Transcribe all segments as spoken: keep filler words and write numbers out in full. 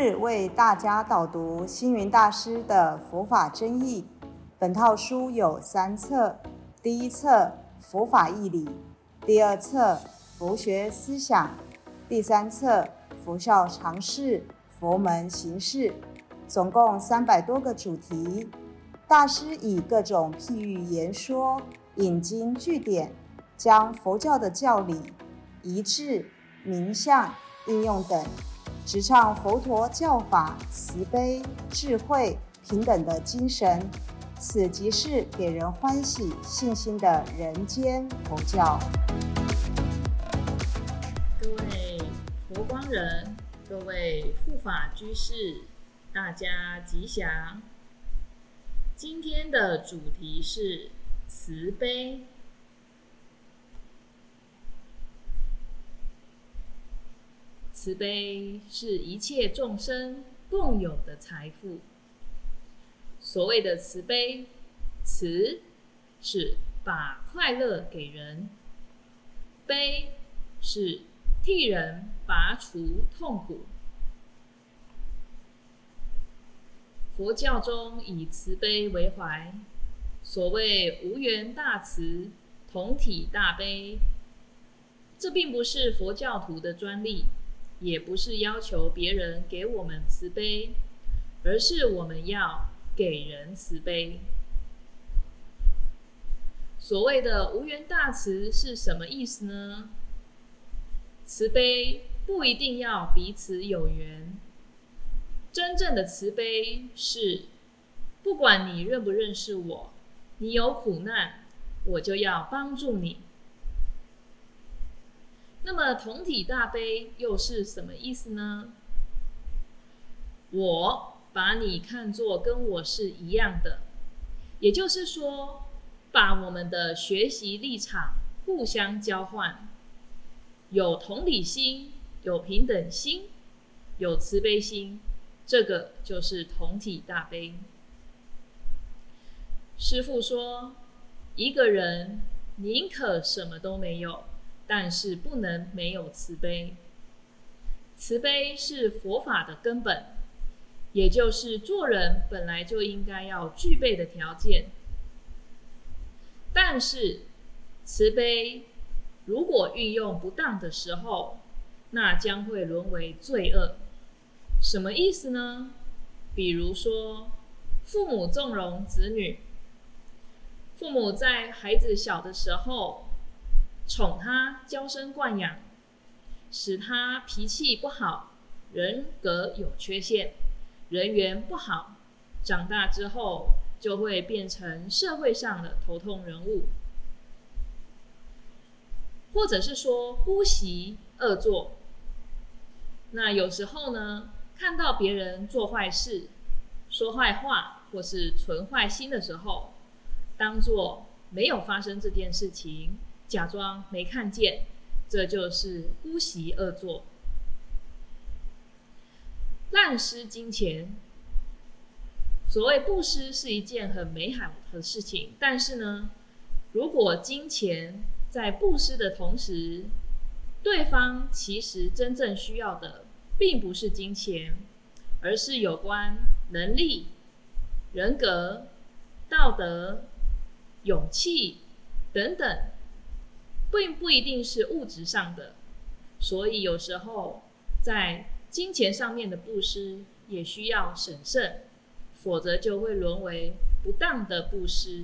日为大家导读星云大师的佛法真义。本套书有三册，第一册佛法义理，第二册佛学思想，第三册佛教常识、佛门行事，总共三百多个主题。大师以各种譬喻言说、引经据典，将佛教的教理、仪制、名相、应用等，直唱佛陀教法慈悲、智慧、平等的精神，此即是给人欢喜、信心的人间佛教。 各位佛光人，各位护法居士，大家吉祥。今天的主题是慈悲。慈悲是一切众生共有的财富。所谓的慈悲，慈是把快乐给人，悲是替人拔除痛苦。佛教中以慈悲为怀，所谓无缘大慈，同体大悲。这并不是佛教徒的专利，也不是要求别人给我们慈悲，而是我们要给人慈悲。所谓的无缘大慈是什么意思呢？慈悲不一定要彼此有缘，真正的慈悲是，不管你认不认识我，你有苦难，我就要帮助你。那么同体大悲又是什么意思呢？我把你看作跟我是一样的，也就是说，把我们的学习立场互相交换，有同理心，有平等心，有慈悲心，这个就是同体大悲。师父说，一个人宁可什么都没有，但是不能没有慈悲。慈悲是佛法的根本，也就是做人本来就应该要具备的条件。但是慈悲如果运用不当的时候，那将会沦为罪恶。什么意思呢？比如说，父母纵容子女，父母在孩子小的时候宠他，娇生惯养，使他脾气不好，人格有缺陷，人缘不好，长大之后就会变成社会上的头痛人物。或者是说姑息恶作，那有时候呢，看到别人做坏事、说坏话或是存坏心的时候，当作没有发生这件事情，假装没看见，这就是姑息恶作。滥施金钱，所谓布施是一件很美好的事情，但是呢，如果金钱在布施的同时，对方其实真正需要的并不是金钱，而是有关能力、人格、道德、勇气等等，并不一定是物质上的。所以有时候在金钱上面的布施也需要审慎，否则就会沦为不当的布施。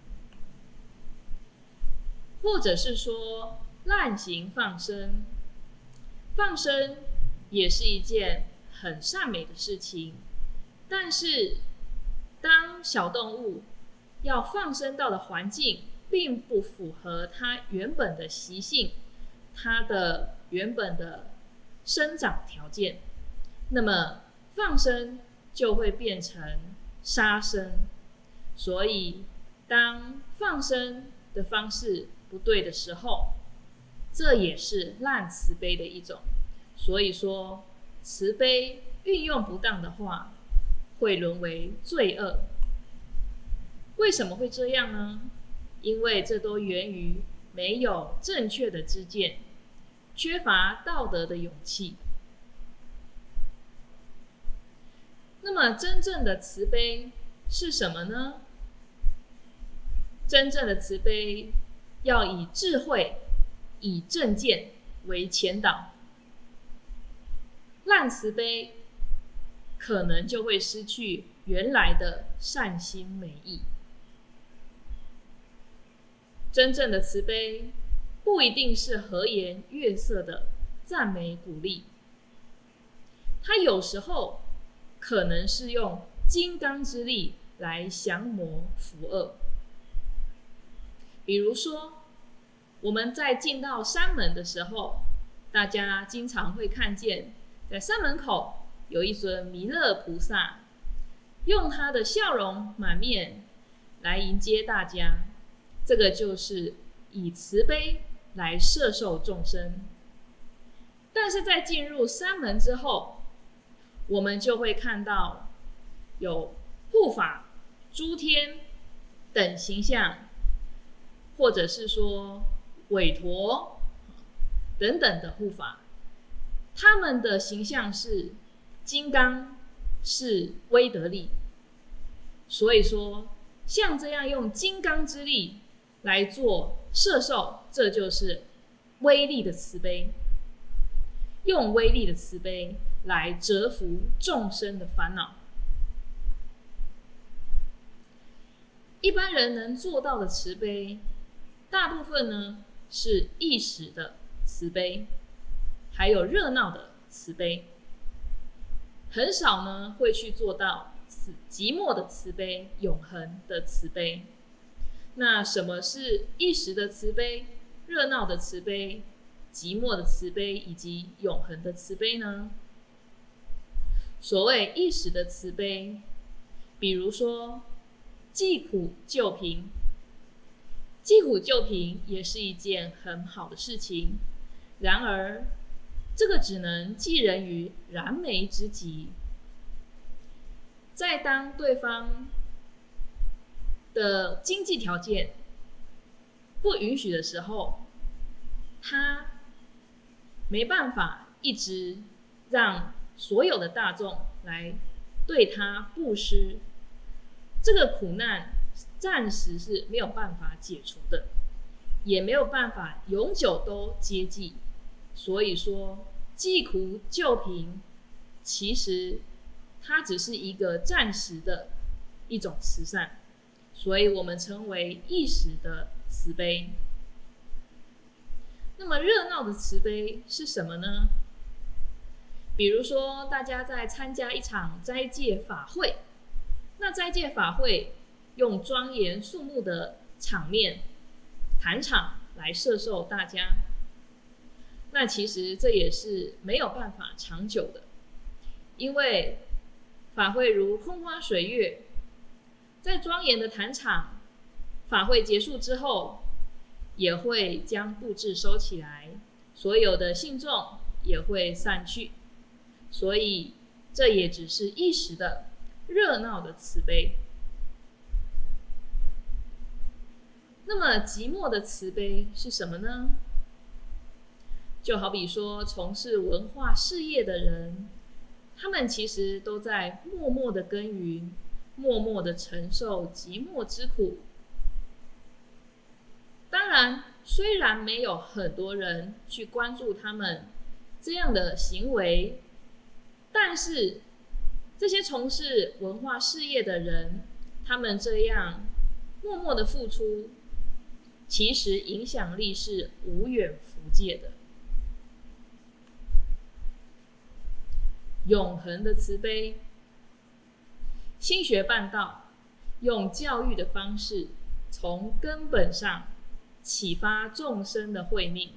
或者是说滥行放生，放生也是一件很善美的事情，但是当小动物要放生到的环境并不符合它原本的习性，它的原本的生长条件，那么放生就会变成杀生。所以当放生的方式不对的时候，这也是滥慈悲的一种。所以说，慈悲运用不当的话，会沦为罪恶。为什么会这样呢？因为这都源于没有正确的知见，缺乏道德的勇气。 那么真正的慈悲是什么呢？真正的慈悲要以智慧、以正见为前导。烂慈悲可能就会失去原来的善心美意。真正的慈悲不一定是和颜悦色的赞美鼓励，它有时候可能是用金刚之力来降魔伏恶。比如说，我们在进到山门的时候，大家经常会看见在山门口有一尊弥勒菩萨，用他的笑容满面来迎接大家，这个就是以慈悲来摄受众生。但是在进入山门之后，我们就会看到有护法、诸天等形象，或者是说韦陀等等的护法，他们的形象是金刚，是威德力。所以说，像这样用金刚之力来做摄受，这就是威力的慈悲。用威力的慈悲来折服众生的烦恼。一般人能做到的慈悲，大部分呢是一时的慈悲，还有热闹的慈悲，很少呢会去做到寂寞的慈悲、永恒的慈悲。那什么是一时的慈悲、热闹的慈悲、寂寞的慈悲以及永恒的慈悲呢？所谓一时的慈悲，比如说济苦救贫，济苦救贫也是一件很好的事情，然而这个只能济人于燃眉之急。在当对方的经济条件不允许的时候，他没办法一直让所有的大众来对他布施，这个苦难暂时是没有办法解除的，也没有办法永久都接济。所以说济苦救贫其实它只是一个暂时的一种慈善，所以我们称为一时的慈悲。那么热闹的慈悲是什么呢？比如说大家在参加一场斋戒法会，那斋戒法会用庄严肃穆的场面坛场来摄受大家，那其实这也是没有办法长久的，因为法会如风花水月，在庄严的坛场，法会结束之后也会将布置收起来，所有的信众也会散去，所以这也只是一时的热闹的慈悲。那么寂寞的慈悲是什么呢？就好比说从事文化事业的人，他们其实都在默默的耕耘，默默的承受寂寞之苦。当然，虽然没有很多人去关注他们这样的行为，但是这些从事文化事业的人，他们这样默默的付出，其实影响力是无远弗届的。永恒的慈悲，心学办道，用教育的方式，从根本上启发众生的慧命，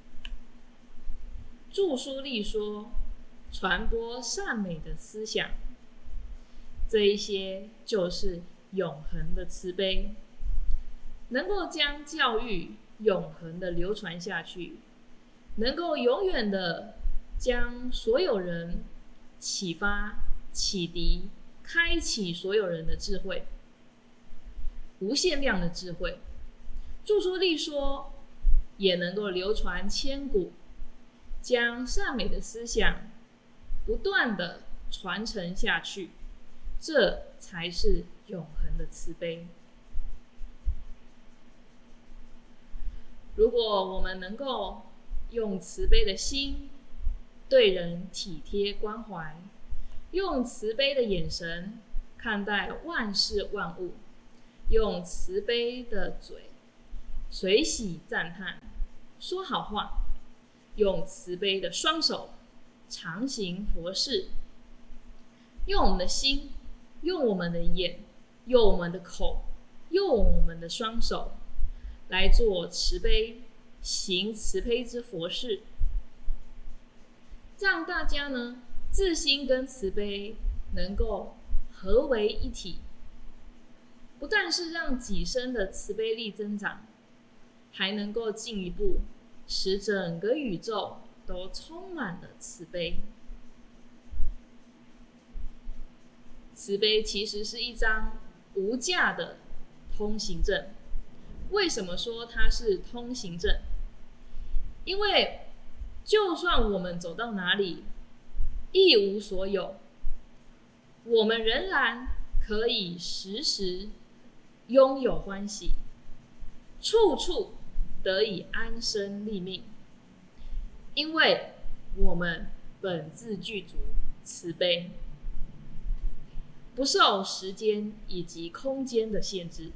著书立说，传播善美的思想，这一些就是永恒的慈悲，能够将教育永恒的流传下去，能够永远的将所有人启发、启迪、开启所有人的智慧，无限量的智慧。著书立说也能够流传千古，将善美的思想不断的传承下去， 这才是永恒的慈悲。如果我们能够用慈悲的心对人体贴关怀，用慈悲的眼神看待万事万物，用慈悲的嘴随喜赞叹，说好话，用慈悲的双手常行佛事，用我们的心，用我们的眼，用我们的口，用我们的双手来做慈悲，行慈悲之佛事，让大家呢自心跟慈悲能够合为一体，不但是让己身的慈悲力增长，还能够进一步使整个宇宙都充满了慈悲。慈悲其实是一张无价的通行证。为什么说它是通行证？因为就算我们走到哪里一无所有，我们仍然可以时时拥有欢喜，处处得以安身立命，因为我们本自具足慈悲，不受时间以及空间的限制。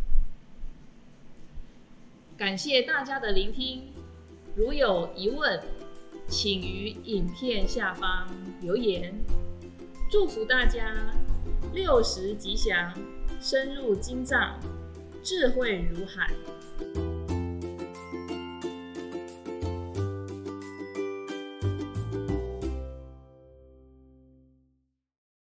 感谢大家的聆听，如有疑问，请于影片下方留言。祝福大家六十吉祥，深入经藏，智慧如海。